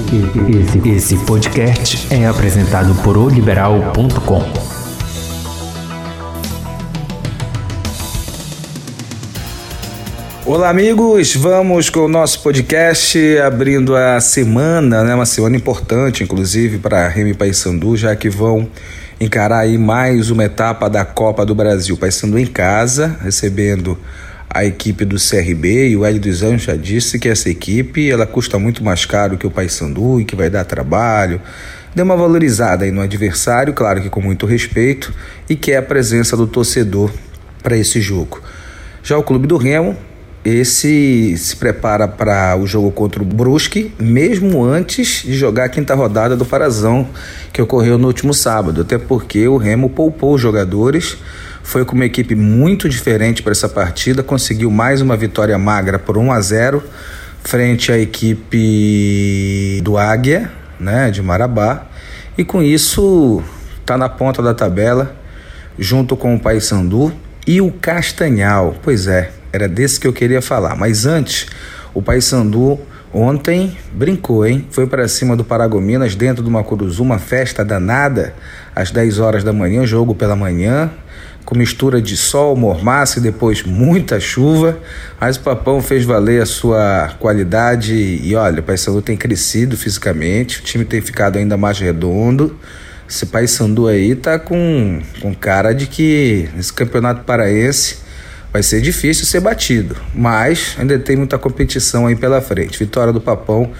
Esse podcast é apresentado por oliberal.com. Olá, amigos, vamos com o nosso podcast abrindo a semana, uma semana importante, inclusive, para Remo e Paysandu, já que vão encarar aí mais uma etapa da Copa do Brasil. Paysandu em casa, recebendo a equipe do CRB, e o Hélio dos Anjos já disse que essa equipe ela custa muito mais caro que o Paysandu e que vai dar trabalho. Deu uma valorizada aí no adversário, claro que com muito respeito, e quer a presença do torcedor para esse jogo. Já o Clube do Remo, esse se prepara para o jogo contra o Brusque, mesmo antes de jogar a quinta rodada do Parazão, que ocorreu no último sábado, até porque o Remo poupou os jogadores, foi com uma equipe muito diferente para essa partida, conseguiu mais uma vitória magra por 1-0, frente à equipe do Águia, de Marabá, e com isso está na ponta da tabela, junto com o Paysandu e o Castanhal. Pois é, era desse que eu queria falar. Mas antes, o Paysandu ontem brincou, foi para cima do Paragominas dentro do Macuruzu, uma festa danada, às 10 horas da manhã, jogo pela manhã, com mistura de sol, mormaço e depois muita chuva, mas o Papão fez valer a sua qualidade e olha, o Paysandu tem crescido fisicamente, o time tem ficado ainda mais redondo. Esse Paysandu aí tá com cara de que esse campeonato paraense vai ser difícil ser batido, mas ainda tem muita competição aí pela frente. Vitória do Papão,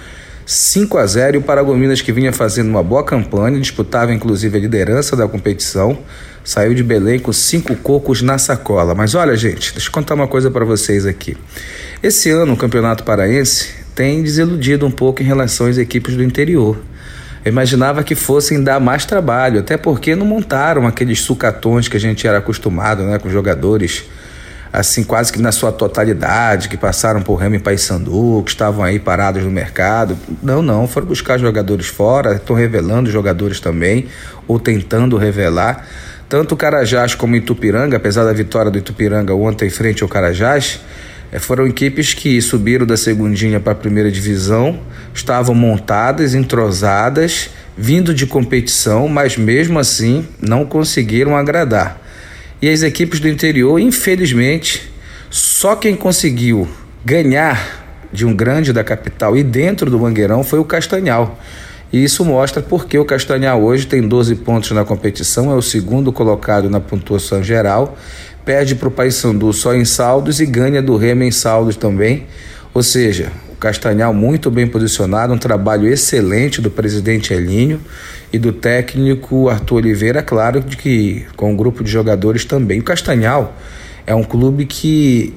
5-0, e o Paragominas, que vinha fazendo uma boa campanha, disputava inclusive a liderança da competição, saiu de Belém com 5 cocos na sacola. Mas olha, gente, deixa eu contar uma coisa para vocês aqui. Esse ano o Campeonato Paraense tem desiludido um pouco em relação às equipes do interior. Eu imaginava que fossem dar mais trabalho, até porque não montaram aqueles sucatões que a gente era acostumado, com jogadores assim quase que na sua totalidade, que passaram por Remo e Paysandu, que estavam aí parados no mercado. Não, foram buscar jogadores fora, estão revelando jogadores também, ou tentando revelar. Tanto o Carajás como o Itupiranga, apesar da vitória do Itupiranga ontem frente ao Carajás, foram equipes que subiram da segundinha para a primeira divisão, estavam montadas, entrosadas, vindo de competição, mas mesmo assim não conseguiram agradar. E as equipes do interior, infelizmente, só quem conseguiu ganhar de um grande da capital e dentro do Mangueirão foi o Castanhal. E isso mostra porque o Castanhal hoje tem 12 pontos na competição, é o segundo colocado na pontuação geral, perde para o Paysandu só em saldos e ganha do Remo em saldos também. Ou seja, o Castanhal muito bem posicionado, um trabalho excelente do presidente Elinho e do técnico Arthur Oliveira, claro que com um grupo de jogadores também. O Castanhal é um clube que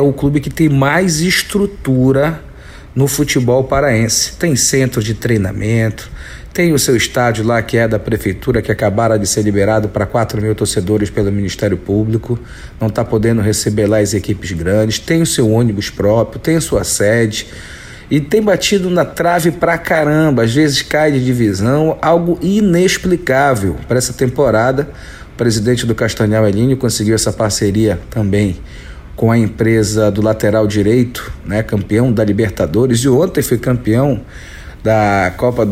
tem mais estrutura no futebol paraense. Tem centro de treinamento, tem o seu estádio lá que é da prefeitura, que acabara de ser liberado para 4 mil torcedores pelo Ministério Público, não está podendo receber lá as equipes grandes, tem o seu ônibus próprio, tem a sua sede e tem batido na trave pra caramba, às vezes cai de divisão, algo inexplicável para essa temporada. O presidente do Castanhal, Elinho, conseguiu essa parceria também com a empresa do lateral direito, campeão da Libertadores, e ontem foi campeão da Copa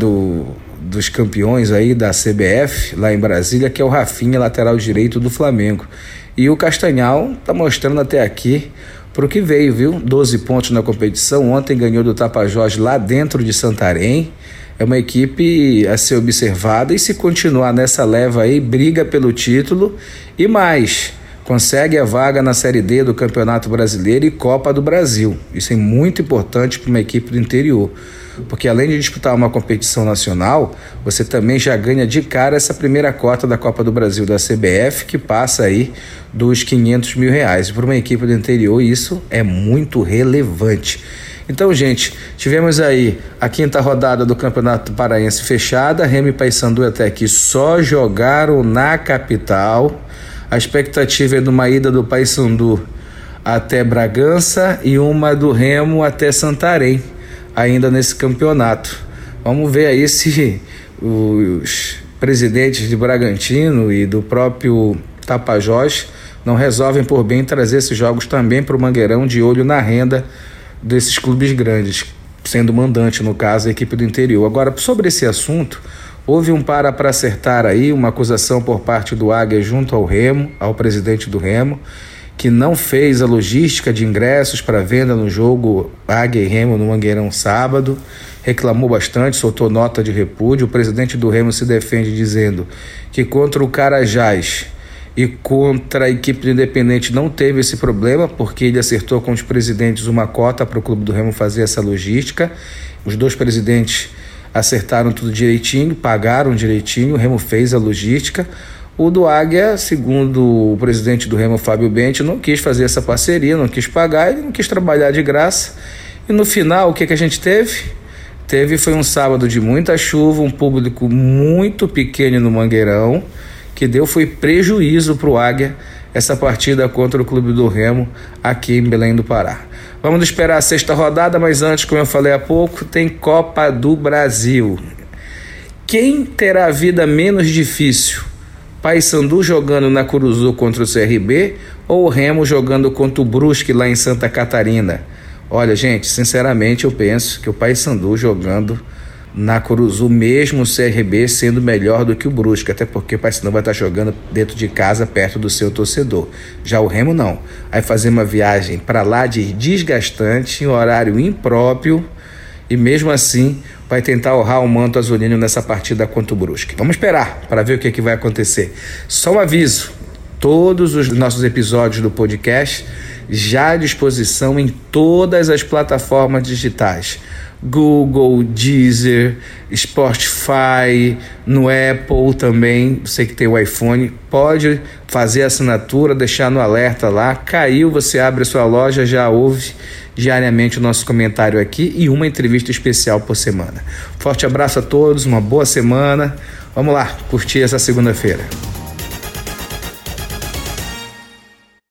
dos Campeões aí da CBF, lá em Brasília, que é o Rafinha, lateral direito do Flamengo. E o Castanhal está mostrando até aqui para o que veio, viu? 12 pontos na competição, ontem ganhou do Tapajós lá dentro de Santarém. É uma equipe a ser observada e se continuar nessa leva aí, briga pelo título e mais, consegue a vaga na Série D do Campeonato Brasileiro e Copa do Brasil. Isso é muito importante para uma equipe do interior, porque além de disputar uma competição nacional, você também já ganha de cara essa primeira cota da Copa do Brasil da CBF, que passa aí dos R$500 mil. E para uma equipe do interior isso é muito relevante. Então, gente, tivemos aí a quinta rodada do Campeonato Paraense fechada. Remo e Paysandu até aqui só jogaram na capital. A expectativa é de uma ida do Paysandu até Bragança e uma do Remo até Santarém, ainda nesse campeonato. Vamos ver aí se os presidentes de Bragantino e do próprio Tapajós não resolvem por bem trazer esses jogos também para o Mangueirão, de olho na renda desses clubes grandes. sendo mandante, no caso, a equipe do interior. Agora, sobre esse assunto, houve um para acertar aí, uma acusação por parte do Águia junto ao Remo, ao presidente do Remo, que não fez a logística de ingressos para venda no jogo Águia e Remo no Mangueirão sábado, reclamou bastante, soltou nota de repúdio. O presidente do Remo se defende dizendo que contra o Carajás e contra a equipe do Independente não teve esse problema, porque ele acertou com os presidentes uma cota para o clube do Remo fazer essa logística. Os dois presidentes acertaram tudo direitinho, pagaram direitinho, o Remo fez a logística. O do Águia, segundo o presidente do Remo, Fábio Bente, não quis fazer essa parceria, não quis pagar, ele não quis trabalhar de graça. E no final, o que a gente teve? Foi um sábado de muita chuva, um público muito pequeno no Mangueirão, que foi prejuízo para o Águia essa partida contra o Clube do Remo aqui em Belém do Pará. Vamos esperar a sexta rodada, mas antes, como eu falei há pouco, tem Copa do Brasil. Quem terá a vida menos difícil? Paysandu jogando na Curuzu contra o CRB ou o Remo jogando contra o Brusque lá em Santa Catarina? Olha, gente, sinceramente eu penso que o Paysandu jogando na Curuzu, mesmo o CRB sendo melhor do que o Brusque, até porque o Paysandu vai estar jogando dentro de casa, perto do seu torcedor. Já o Remo não. Vai fazer uma viagem para lá de desgastante, em horário impróprio, e mesmo assim vai tentar honrar o manto azulino nessa partida contra o Brusque. Vamos esperar para ver o que vai acontecer. Só um aviso, todos os nossos episódios do podcast já à disposição em todas as plataformas digitais. Google, Deezer, Spotify, no Apple também, você que tem o iPhone, pode fazer a assinatura, deixar no alerta lá, caiu, você abre a sua loja, já ouve diariamente o nosso comentário aqui e uma entrevista especial por semana. Forte abraço a todos, uma boa semana, vamos lá, curtir essa segunda-feira.